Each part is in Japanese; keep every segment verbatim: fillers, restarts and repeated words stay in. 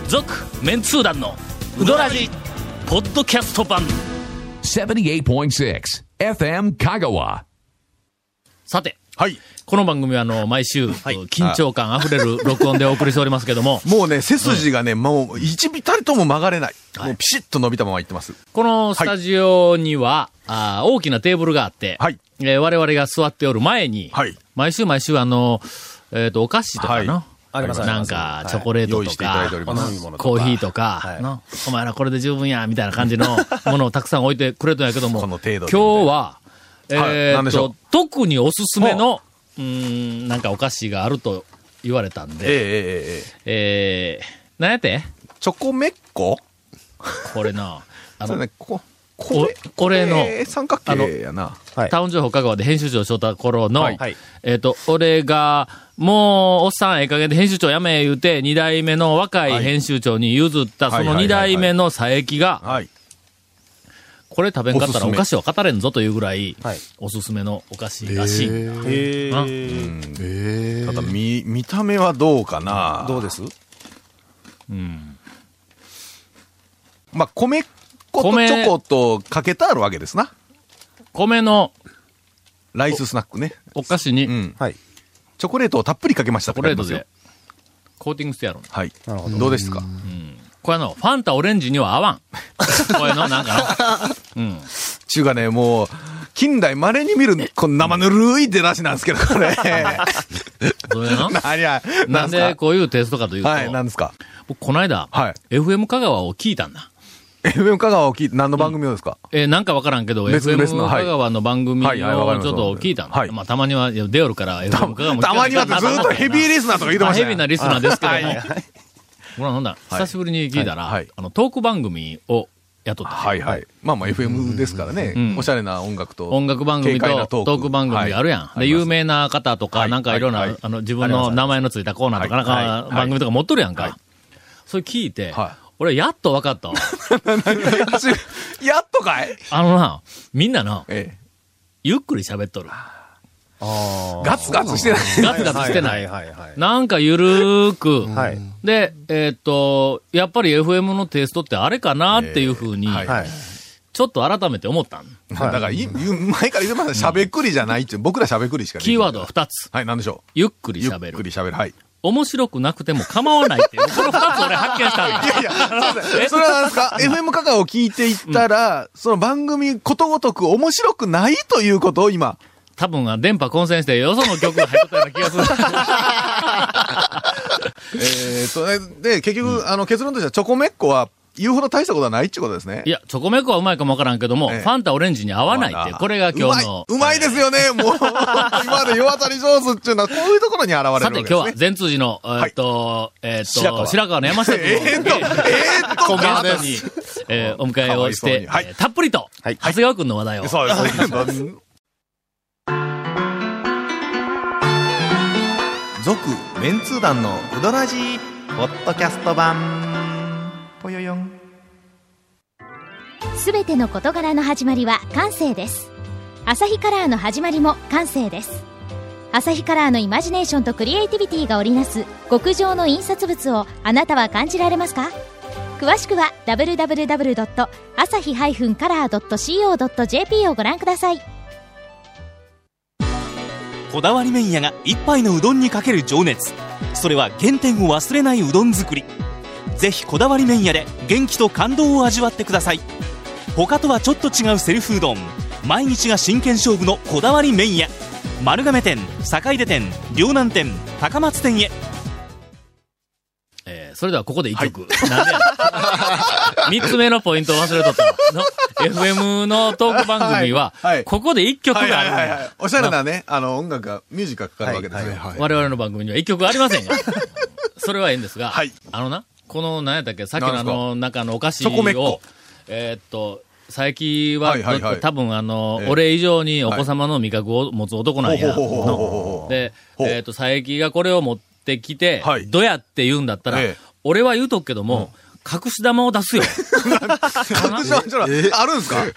続メンツー団のウドラジポッドキャスト版ななじゅうはちてんろく エフエム 香川。 さて、 はい。 この番組はあの毎週、緊張感あふれる録音でお送りしておりますけどももうね、背筋がね、うん、もう一ビタリとも曲がれない、はい、もうピシッと伸びたままいってます。 このスタジオには、はい、あ大きなテーブルがあって、はい、えー、我々が座っておる前に、はい、毎週毎週あの、えっ、ー、とお菓子とかの、はい、なんかチョコレートとか、はい、コーヒーとか、はい、のお前らこれで十分やみたいな感じのものをたくさん置いてくれたんやけども、この程度でね、今日は、えー、っと特におすすめのうーんなんかお菓子があると言われたんで、えー、えー、えー、何やってチョコメッコこれなあの、 ね、こここれの三角形やな、 はい、タウン情報香川で編集長をしとった頃の、はい、えっ、ー、と俺がもうおっさんええ加減で編集長辞め言うて二代目の若い編集長に譲ったその二代目の佐伯が、はい、これ食べんかったらお菓子は語れんぞというぐらいおすすめのお菓子らしい。へー、へー、ただ見見た目はどうかな。 どうです？ うん。まあ米粉とチョコとかけてあるわけですな。 米のライススナックね。 お菓子に、うん、 はい。チョコレートをたっぷりかけました。 チョコレートでコーティングしてやる。 はい。なるほど。どうですか？うん。 これのファンタオレンジには合わん。これのなんかの。うん。 ちゅうかね、もう近代稀に見るこの生ぬるい出だしなんですけどこれ。 どういうの？ 何や。 なんでこういうテイストかというと、 はい、なんですか。 僕この間、はい、エフエム 香川を聞いたんだ。 エフエム 香川を聞いて何の番組をですか？ うん、えー、なんかわからんけど エフエム 香川の番組をちょっと聞いたんだ。はいはいはい、まあたまには出よるから エフエム 香川も聞いた。 たまにはってずっとヘビーリスナーとか言ってましたね。 ヘビーなリスナーですけども。はいはい、ほら、ほんだ、久しぶりに聞いたら、はいはい、あの、トーク番組を雇って。 はいはい。まあまあ エフエム ですからね、うん。おしゃれな音楽と。 音楽番組とトーク番組あるやん。はい、で、有名な方とか、はい、なんかいろんな、はい、あの、自分の名前のついたコーナーとか、なんか、番組とか持っとるやんか。はい、それ聞いて、はい、俺やっと分かったわ。 やっとかい？ あのな、みんなな、ええ、ゆっくり喋っとる。 あガツガツしてない。 ガツガツしてない。なんかゆるーく。はい、で、えー、っと、やっぱり エフエム のテイストってあれかなっていうふうに、えーはい、ちょっと改めて思ったん。 はい、だから、前から言ってました、しゃべくりじゃないって、僕らしゃべくりしかできない。 キーワードは二つ。 はい、なんでしょう。 ゆっくり喋る。 ゆっくり喋る。はい。 面白くなくても構わないっていう、この二つ俺発見したんだ。 いやいや、それは何ですか？ エフエム 香川を聞いていったら、うん、その番組ことごとく面白くないということを今、 多分、電波混戦して、よその曲が入ったような気がする。 えっとね、で、結局、うん、あの、結論としては、チョコメッコは、言うほど大したことはないってことですね。 いや、チョコメッコはうまいかもわからんけども、ええ、ファンタオレンジに合わないって、これが今日の。 うまい、うまいですよね、もう。今まで世渡り上手っていうのは、こういうところに現れるわけですね。 さて、今日は、善通寺の、えー、っと、はい、えー、っと白、白川の山下君を、えー、っと、えー、っと、コメントに、えー、お迎えをして、はい、たっぷりと、はい、長谷川君の話題を。そうです。 続メンツー団のウドラジーポッドキャスト版ぽよよん。 すべての事柄の始まりは感性です。アサヒカラーの始まりも感性です。アサヒカラーのイマジネーションとクリエイティビティが織りなす極上の印刷物をあなたは感じられますか？詳しくは ダブリューダブリューダブリュードットアサヒカラードットシーオードットジェーピー をご覧ください。 こだわり麺屋が一杯のうどんにかける情熱、それは原点を忘れないうどん作り。ぜひこだわり麺屋で元気と感動を味わってください。他とはちょっと違うセルフうどん、毎日が真剣勝負のこだわり麺屋、丸亀店、坂出店、両南店、高松店へ。 えー、それではここで一曲、はい、なんで三つ目のポイントを忘れとったのエフエム のトーク番組は、はいはい、ここで一曲がある、はいはいはいはい、 おしゃれなね、あの音楽がミュージックがかかるわけですね、はいはいはい、 我々の番組には一曲ありませんがそれはいいんですが、はい、あのなこの何やったっけさっきのあの中のお菓子をえー、っと佐伯は、はいはいはい、多分あの、えー、俺以上にお子様の味覚を持つ男なんや、はい、で、えー、っと佐伯がこれを持ってきて、はい、どうやって言うんだったら、えー、俺は言うとくけども、うん、隠し玉を出すよ。 隠し玉あるんですか？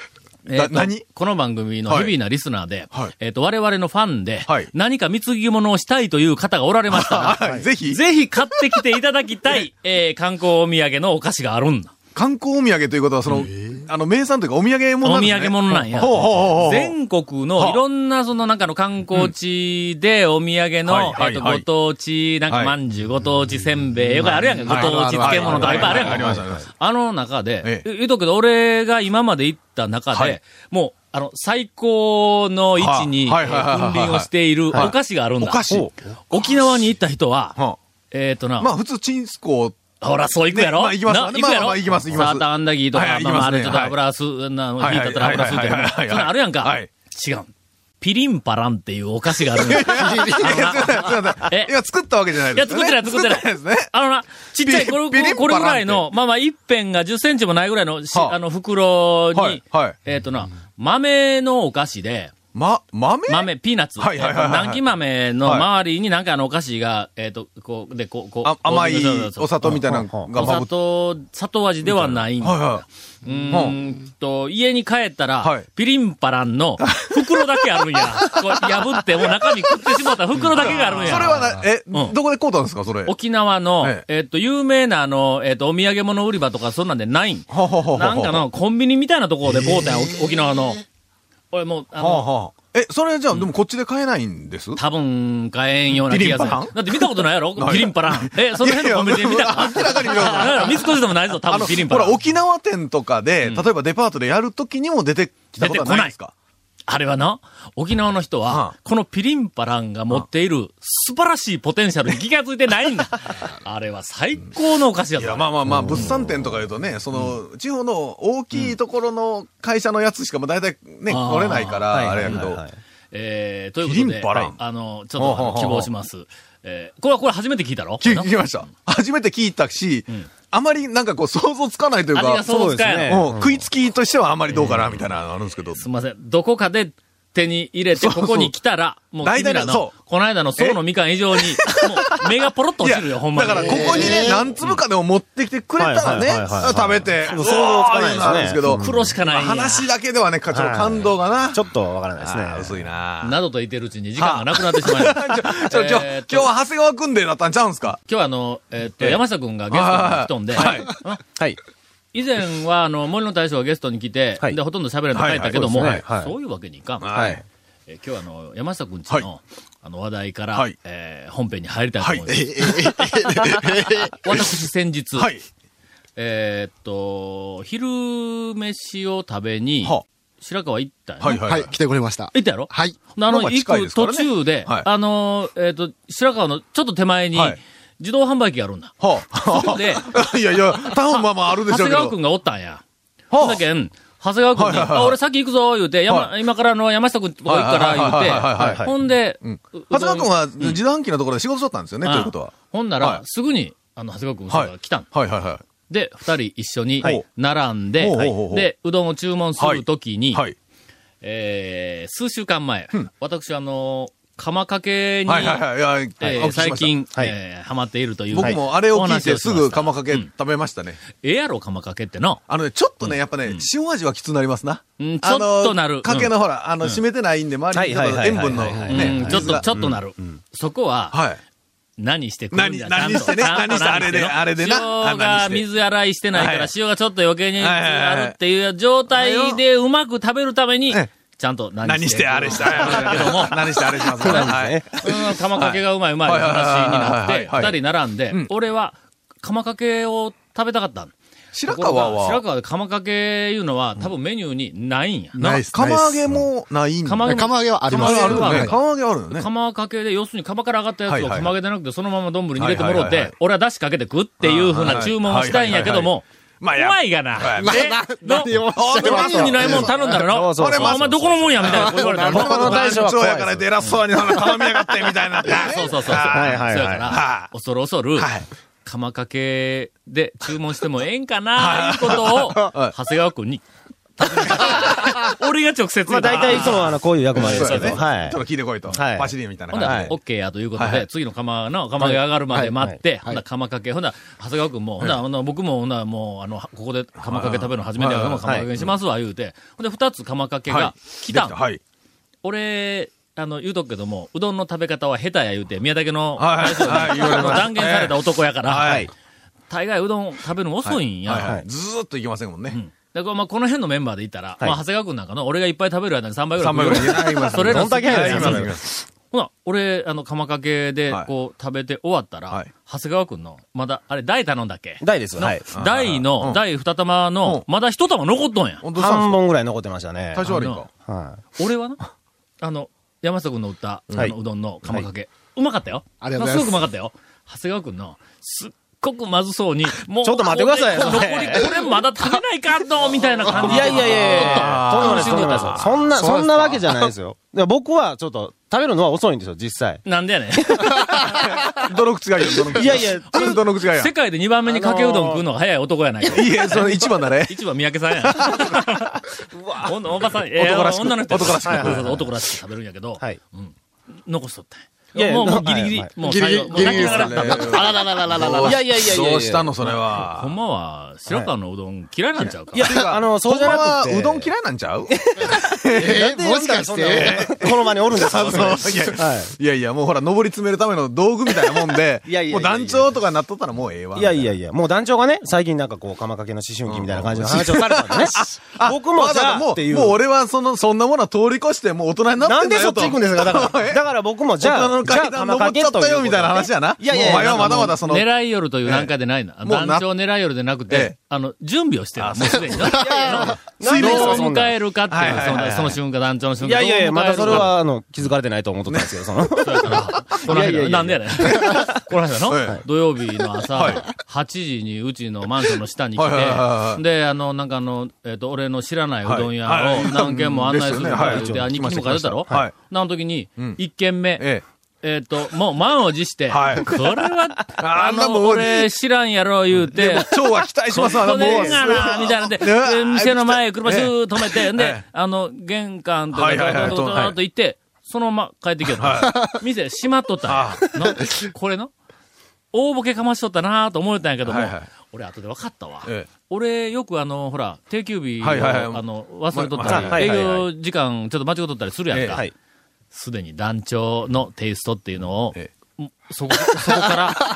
えー、何この番組のヘビーなリスナーで、はい、えっ、ー、と、我々のファンで、はい、何か貢ぎ物をしたいという方がおられましたら、 はい、ぜひ、 ぜひ買ってきていただきたい、えー、観光お土産のお菓子があるんだ。 観光お土産ということは、その、あの、名産というかお土産物なんですね。 お土産物なんや。ほうほうほうほう。全国のいろんなその中の観光地でお土産の、うん、えっ、ー、と、ご当地、なんかまんじゅう、ご当地せんべい、よくあるやんか。ご当地漬物とかいっぱいあるやんか。ありますあります。あの中で、言うとくけど、俺が今まで行った中で、はい、もう、あの、最高の位置に君臨をしているお菓子があるんだ。 お菓子。 沖縄に行った人は、えっとな。 まあ普通、チンスコー、 ほら、そう行くやろ、ね、 まあ、行きます、 ね。行くやろ、 まあ、行きます、行きます。 サーターアンダギーとか、はい、まあ、まあ、あれちょっと油吸う、な、引いたったら油吸うてる。そういうのあるやんか。はい、違う。ピリンパランっていうお菓子があるんだ。 え今作ったわけじゃないですね。 いや、作ってない、作ってない。ですね。あのな、ちっちゃい、これ、これぐらいの、まあまあ、一辺がじゅっセンチもないぐらいの、あの、袋に、えっとな、豆のお菓子で、 ま、豆豆、ピーナッツ。はいはいはい。南紀豆の周りになんかあのお菓子が、えっと、こう、で、こう、こう。 甘いお砂糖みたいなのがお砂糖、砂糖味ではないんだ。はいはい。うーんと、家に帰ったら、ピリンパランの袋だけあるんや。こう破って、もう中身食ってしまった袋だけがあるんや。 それはな、え、どこで買うたんですか、それ。 沖縄の、えっと、有名なあの、えっと、お土産物売り場とかそんなんでないん。なんかの、コンビニみたいなところで買うたんや、沖縄の。俺もう、あの、 え、それじゃあ、でもこっちで買えないんです多分、買えんような気がする。だって見たことないやろピリンパラン。え、その辺のコンビニで見たことない。 明らかに見たことない。 見つこしでもないぞ、多分ピリンパラン。 ほら、沖縄店とかで、例えばデパートでやるときにも出てきたことはないですか？ あれはな、沖縄の人は、このピリンパランが持っている素晴らしいポテンシャルに気がついてないんだ。あれは最高のお菓子やった。 いや、まあまあまあ、物産展とか言うとね、その、地方の大きいところの会社のやつしか、まあ大体ね、来れないから、あれやけど。 えー、ということで、あの、ちょっと希望します。えー、これはこれ初めて聞いたろ？ 聞きました。初めて聞いたし、あまりなんかこう想像つかないというか、 味が想像つかないの。食いつきとしてはあまりどうかなみたいなのあるんですけど。 すみません。どこかで手に入れてここに来たら、もう君らの、この間の層のみかん以上に、もう目がポロッと落ちるよ、ほんまに。 だからここにね、何粒かでも持ってきてくれたらね、食べて、 想像つかないですけど、 黒しかない。 話だけではね、ちょっと感動がな。 ちょっとわからないですね。 薄いな。 などと言ってるうちに時間がなくなってしまいました。 ちょ、ちょ、今日は長谷川くんでだったんちゃうんすか？ 今日はあの、えっと、山下くんがゲストに来とんで、 はい。 以前はあの、森の大将がゲストに来て、で、ほとんど喋れないと書いたけども、そういうわけにいかん。はい。今日はあの、山下くんちの、はい、あの話題から、はい、えー、本編に入りたいと思います。はい、私先日、はい、えー、っと、昼飯を食べに、白川行ったよね。 はい、はい、来てくれました。 行ったやろ？ はい。 あの、行く途中で、はい、あの、えー、っと、白川のちょっと手前に、はい、自動販売機があるんだ。はあ、そこで、 いやいや、タウンまあまああるでしょうけど。 長谷川くんがおったんや。はあ、だけん、長谷川君に、はいはいはい、あ、俺先行くぞ、言うて、山、はい、今からの山下君とこ行くから、言うて、ほんで、 うん、長谷川君は自動販機のところで仕事しとったんですよね、うん、ということは。 ほんなら、はい、すぐに、あの、長谷川君が来たん。 はいはいはい。 で、二人一緒に並んで、はい、で、うどんを注文するときに、はいはい、えー、数週間前、うん、私、あの、釜かけに、最近、はいえー、ハマっているという。 僕もあれを聞いてすぐ釜かけ食べましたね。 うん、ええやろ、釜かけっての。 あのね、ちょっとね、やっぱね、うん、塩味はきつくなりますな。 うん、ちょっとなる。 かけのほら、あの、締めてないんで、周りに塩分のね。 ちょっと、ちょっとなる。うん、そこは、はい。何してくるんじゃ何してね、何してあれで、あれでな。 塩が水洗いしてないから、塩がちょっと余計にあるっていう状態でうまく食べるために、ちゃんと何してあれしたけども。何してあれしますね。はい。 釜かけがうまいうまい話になって、二人並んで、俺は釜かけを食べたかった。 白川は白川で釜かけいうのは多分メニューにないんや。 ないっす。釜揚げもないんだ。 釜揚げはあります。 釜揚げはあるよね。 釜かけで、要するに釜から上がったやつを釜揚げでなくてそのまま丼に入れてもろって、俺は出汁かけて食っていう風な注文をしたいんやけども、まあ、うまいがな。え、ど、メニューにないもん頼んだらのお前どこのもんやみたいな。言われたら。 僕の大将やからって偉そうに頼みやがってみたいな。 そうそうそう。はいはいはい。そうやから、恐る恐る、釜かけで注文してもええんかな、いうことを、長谷川くんに。 俺が直接言う。 まあ大体いつもあの、こういう役割ですけど。はい。 ちょっと聞いてこいと。 はい。 パシリみたいなほんなら、 感じで。 オッケーやということで、次の釜の、釜が上がるまで待って、ほんなら釜かけ、ほんなら、長谷川くんも、ほんなら、僕も、ほんならもう、あの、ここで釜かけ食べるの初めてやから、釜かけにしますわ、言うて。ほんで、二つ釜かけが来たん。俺、あの、言うとくけども、うどんの食べ方は下手や言うて、宮武の、断言された男やから、大概うどん食べるの遅いんや。 ずーっといけませんもんね。 だからまあこの辺のメンバーで言ったら、まあ長谷川くんなんかの、俺がいっぱい食べる間にさんばいぐらい。さんばいぐらい。それら好きやねん。ほな、俺、あの、釜かけで、こう、食べて終わったら、長谷川くんの、まだ、あれ、大頼んだっけ大です。はい。 大の、大二玉の、まだ一玉残っとんや。 半本ぐらい残ってましたね。 体調悪いか。 はい。俺はな、あの、山下くんの売った、あの、うどんの釜かけ。うまかったよ。 ありがとうございます。 すごくうまかったよ。長谷川くんの、すっごくまずそうに、もう、 ちょっと待ってくださいよ。 残り、これまだ食べないかと、みたいな感じで。 いやいやいやいやとんでもないです、とんでもないです。そんな、そんなわけじゃないですよ。僕はちょっと、食べるのは遅いんですよ、実際。 なんでやねん。 どの口がいいよ、どの口がいい。 いやいや、 どの口がいい。 世界でにばんめにかけうどん食うのが早い男やないか。 いや、そのいちばんだね。 いちばん三宅さんや。うわ、おばさん、男らしく。女の人。 男らしく。 男らしく食べるんやけど、残しとった。 いやいや、 もうギリギリ、もう最後、もう泣きながら、あらららららら。 いやいやいやいや。 どうしたの、それは。 ほんまは、白川のうどん嫌いなんちゃうか。 いや、あの、そうじゃなくて。 うどん嫌いなんちゃうえー、もしかして、 この場におるんですかいやいや、もうほら、登り詰めるための道具みたいなもんで、もう団長とかなっとったらもうええわ。 いやいやいや、もう団長がね、最近なんかこう、釜かけの思春期みたいな感じの話をされたんでね。僕もじゃあっていう。 もう俺はその、そんなものは通り越して、もう大人になってんだよ。 なんでそっち行くんですかだから。だから僕もじゃあ、じゃあ釜かけちゃったよみたいな話やな。 いやいや、 お前はまだまだその。 狙い夜という段階でないの。団長狙い夜でなくて、あの、準備をしてる。もうすでに。水道を迎えるかっていう、その瞬間、団長の瞬間。 いやいやいや、まだそれは、あの、気づかれてないと思っとったんですけど、その。 この間、なんでやねん。この間の土曜日の朝、はちじにうちのマンションの下に来て、で、あの、なんかあの、えっと、俺の知らないうどん屋を何軒も案内するから言って、日記にも書いてたろなの時に、いっけんめ、えっと、もう満を持して、はい、これは、あの、俺知らんやろ言うて、 今日は期待しますわ、 もう。こがな、みたいなんで、店の前車シュー止めて、で、あの、玄関とか、ドドドドと行って、そのまま帰ってきよった。店閉まっとった。これの大ボケかましとったなと思ったんやけども、俺後で分かったわ。俺よくあの、ほら、定休日を、あの、忘れとったり、営業時間ちょっと間違っとったりするやんか。すでに団長のテイストっていうのを、ええ、そこ、そこから、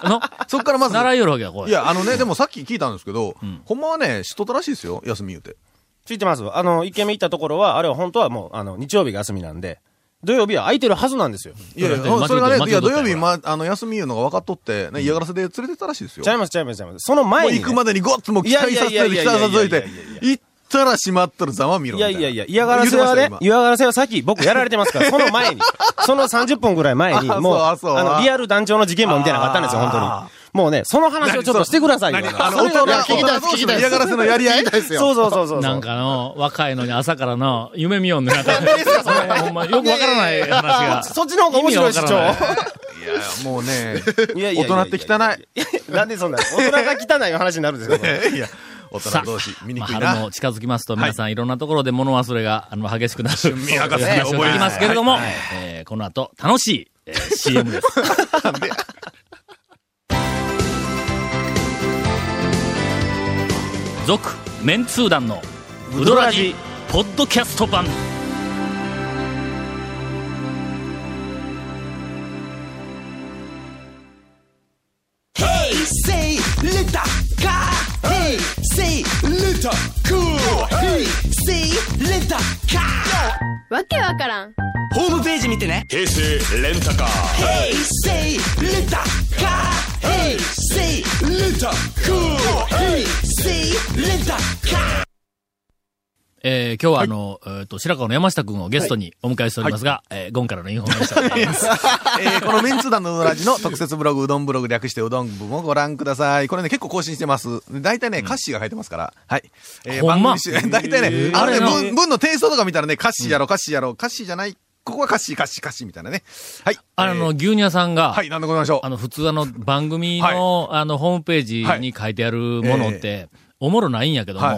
のそこからまず。 習いよるわけや、これ。 いや、あのね、でもさっき聞いたんですけど、うん、ほんまはね、知っとったらしいですよ、休み言うて。 知ってます。あの、一軒目行ったところは、あれは本当はもう、あの、日曜日が休みなんで、土曜日は空いてるはずなんですよ。 いやいや、それがね、いや、土曜日、ま、あの、休み言うのが分かっとって、ね、嫌がらせで連れてったらしいですよ。 ちゃいます、ちゃいます、ちゃいます。その前に、 行くまでにごっつも期待させて、期待させて、行ったら閉まっとるざま見ろ。 いやいやいや、嫌がらせはね、嫌がらせは先、僕やられてますから、その前に、そのさんじゅっぷんぐらい前に、もう、あの、リアル団長の事件簿みたいなのがあったんですよ、本当に。もうね、その話をちょっとしてくださいよ。 あの、大人、聞きたい、聞きたい。嫌がらせのやり合いそうそうそうそう。 なんかの、若いのに朝からの、夢見よんで、なんか、ほんま、よくわからない話が。 そっちの方が面白いし、ちょ。 いや、もうね、大人って汚い。 なんでそんな、大人が汚い話になるんですかいや。大人同士、見にくいな。 春も近づきますと、皆さんいろんなところで物忘れが、あの、激しくなる。 春眠博士、 話をできますけれども、この後、楽しい、シーエム です。続、メンツー団の、ウドラジ、ポッドキャスト版。 Say letter car. Hey, say letter cool. Hey, say letter car. わけわからん。 ホームページ見てね。平成レンタカー。Hey, say letter car. Hey, say letter cool. Hey, say letter car. えー、今日はあの、はい、えっと、白川の山下くんをゲストにお迎えしておりますが、はい、えー、ゴンからのインフォメーションです。 えー、このメンツー団のうどらじの特設ブログ、うどんブログ略してうどん部もご覧ください。これね、結構更新してます。大体ね、歌詞が書いてますから。はい。 えー、番組集、大体ね、あれね、文、文のテイストとか見たらね、歌詞やろ、歌詞やろ、歌詞じゃない。ここは歌詞、歌詞、歌詞みたいなね。はい。 あの、牛乳屋さんが、 はい、なんでございましょう。 あの、普通あの、番組の、あの、ホームページに書いてあるものって、おもろないんやけども、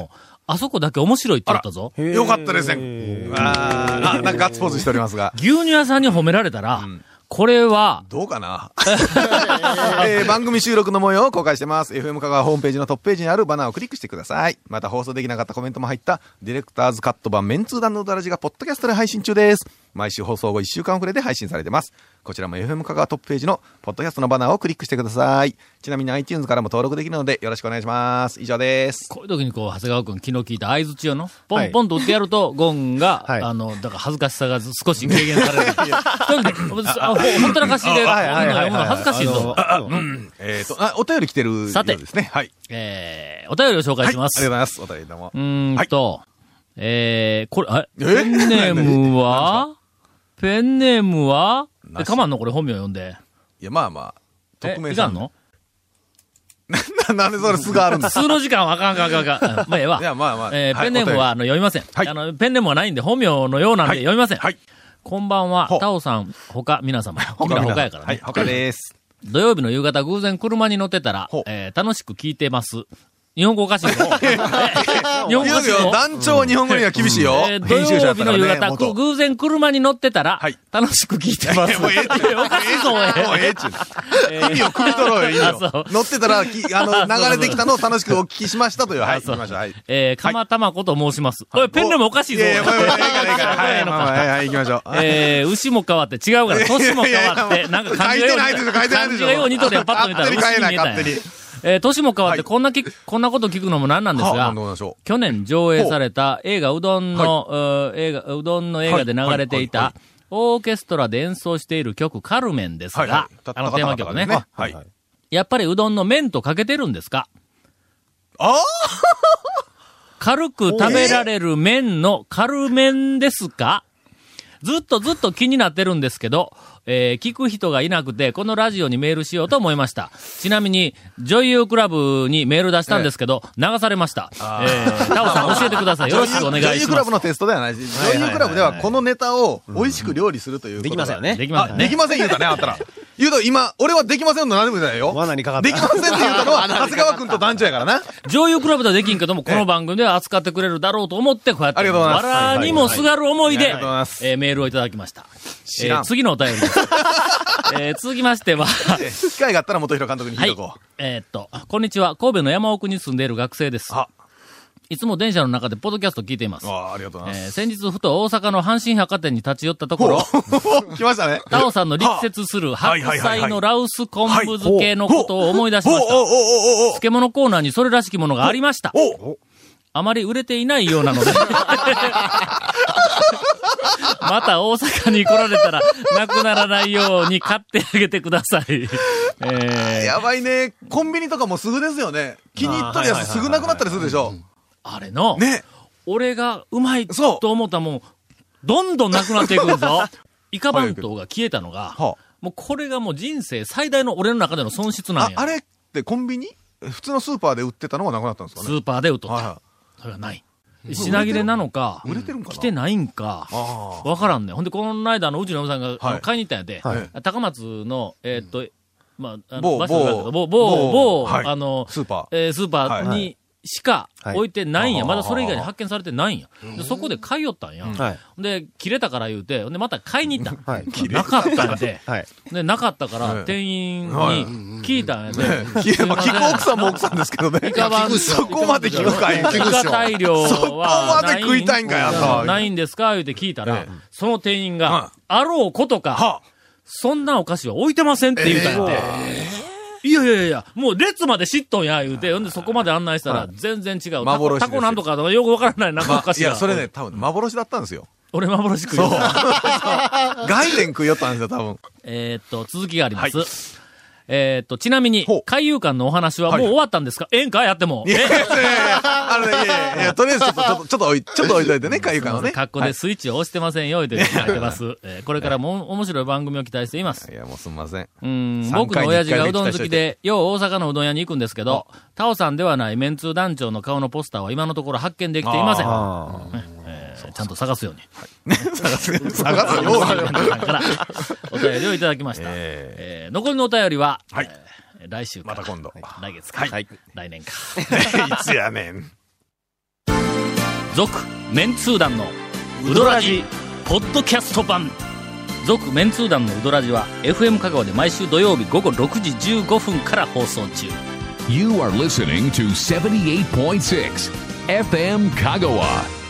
あそこだけ面白いって言ったぞ。 よかったですね。ああ、なんかガッツポーズしておりますが。 牛乳屋さんに褒められたら、うん、これは、 どうかな、えー、番組収録の模様を公開してます。エフエム 香川ホームページのトップページにあるバナーをクリックしてください。また放送できなかったコメントも入ったディレクターズカット版メンツー団のうだらじがポッドキャストで配信中です。毎週放送後いっしゅうかん遅れで配信されてます。こちらも エフエム 香川トップページのポッドキャストのバナーをクリックしてください。ちなみに iTunes からも登録できるのでよろしくお願いします。以上です。 こういう時にこう、長谷川くん昨日聞いた合図中の、ポンポンと打ってやると、ゴンが、はい、あの、だから恥ずかしさが少し軽減される。一人で、ほんとらかしで、みんな読むの恥ずかしいぞ。 えっと、あ、お便り来てるようですね。はい。 えー、お便りを紹介します。 はい、ありがとうございます。お便りどうも。 うーんと、はい、えー、これ、あ、ペンネームはペンネームはえ、かまんのこれ本名読んで。 いや、まあまあ、 匿名さん。いかんのな、なんでそれ素があるんですか数の時間はあかんあかんあかんあかん。まあ、ええわ。 いや、まあまあ。 えー、ペンネームは、あの、読みません。はい。あの、ペンネームはないんで、本名のようなんで読みません。はい。こんばんは、タオさん、他、皆様。君ら他やからね。 はい、他です。 土曜日の夕方、偶然車に乗ってたら、えー、楽しく聞いてます。日本語おかしいぞ。日本語おかしいぞ。団長は日本語には厳しいよ。 えー、土曜日の夕方、偶然車に乗ってたら、楽しく聞いてます。 もうええって。 おかしいぞ、 もうええっちゅう。意味を汲み取ろうよ、意味を。乗ってたら、あの、流れてきたのを楽しくお聞きしましたという。はい、行きましょう。はい。 えー、かまたまこと申します。これ、ペンネームおかしいぞ。 いやいや、もうええから、ええから。はい、まあまあ、はい、行きましょう。 えー、牛も変わって、違うから、年も変わって、なんか漢字がように、漢字がようにとるやん、パッと見たら牛に見えたんや。えー、年も変わってこんなき、はい、こんなこと聞くのもなんなんですが、去年上映された映画うどんの、はい、映画、うどんの映画で流れていた、オーケストラで演奏している曲カルメンですが、はいはい、あのテーマ曲ね、はい。やっぱりうどんの麺とかけてるんですか？ ああ軽く食べられる麺のカルメンですか？ずっとずっと気になってるんですけど、えー、聞く人がいなくて、このラジオにメールしようと思いました。ちなみに、女優クラブにメール出したんですけど、えー、流されました。えー、タオさん教えてください。よろしくお願いします。 女優クラブのテストではないし、女優クラブではこのネタを美味しく料理するということできませんよね。 できませんね。 できません言うたね、あったら。言うと今、俺はできませんの何でも言うたよ。 罠にかかった。 できませんって言うたのは、長谷川くんと団長やからな。 女優クラブではできんけども、この番組では扱ってくれるだろうと思って、こうやって、わらにもすがる思いで、えー、メールをいただきました。えー、次のお便りです。えー、続きましては、 機会があったら元弘監督に聞いとこう。 はい、えー、っと、こんにちは。神戸の山奥に住んでいる学生です。いつも電車の中でポッドキャスト聞いています。 あありがとうございます。 えー、先日ふと大阪の阪神百貨店に立ち寄ったところ、 来ましたね。 タオさんの力説する白菜のラウス昆布漬けのことを思い出しました。漬物コーナーにそれらしきものがありました。あまり売れていないようなので。また大阪に来られたら、なくならないように買ってあげてください。えー、やばいね。コンビニとかもすぐですよね。気に入っとるやつすぐなくなったりするでしょ。 あれの、 ね、 俺がうまいと思ったもん、どんどんなくなっていくんぞ。イカ番頭が消えたのが、はあ、もうこれがもう人生最大の俺の中での損失なんや。 あ、あれってコンビニ普通のスーパーで売ってたのがなくなったんですかね。 スーパーで売っとった。はいはい、それがない。品切れなのか、 売れてるんかな、 来てないんか、わからんね。ほんで、この間、あの、うちのおさんが、はい、買いに行ったんやで、はい、高松の、えー、っと、まあ、あの、場所だけど、某、某、某、はい、あの、 スーパー、 えー、スーパーにしか置いてないんや。はい、まだそれ以外に発見されてないんや。でそこで買いよったんや。はい、で、切れたから言うて、で、また買いに行ったん。はい、なかったんで、はい、で、なかったから、店員に聞いたんやで。 聞く奥さんも奥さんですけどね。 イカ番そこまで聞くかい。イカ大量は、そこまで食いたいんかやったないんですか言うて聞いたら、その店員が、あろうことか、そんなお菓子は置いてませんって言うたんやて。いやいやいや、もう列まで知っとんや、言うて、ほんでそこまで案内したら全然違う。 幻タコなんとかよくわからない、なんかお菓子が。 いや、それね、多分幻だったんですよ。 俺幻食いよった。 外伝食いよったんですよ、多分。 えっと、続きがあります。はい、えっと、ちなみに、海遊館のお話はもう終わったんですか？ええんかやっても。 いやいやいや、あのね、いやいやいや、とりあえずちょっと、ちょっと、ちょっと置い、ちょっと置いといてね、海遊館をね。 格好でスイッチを押してませんよ、言うて書いてます。えー、これからも面白い番組を期待しています。 いや、もうすみません。 うん、僕の親父がうどん好きで、よう大阪のうどん屋に行くんですけど、タオさんではないメンツー団長の顔のポスターは今のところ発見できていません。えー、ちゃんと探すように。 はい、探すように。探すように。 からお便りをいただきました。えー、残りのお便りは、 はい。 来週か。 また今度。 来月か。 はい。 来年か。 いつやねん。 続メンツー団のウドラジポッドキャスト版。続メンツー団のウドラジは エフエム 香川で毎週土曜日午後ろくじじゅうごふんから放送中。 You are listening to seventy-eight point six エフエム 香川。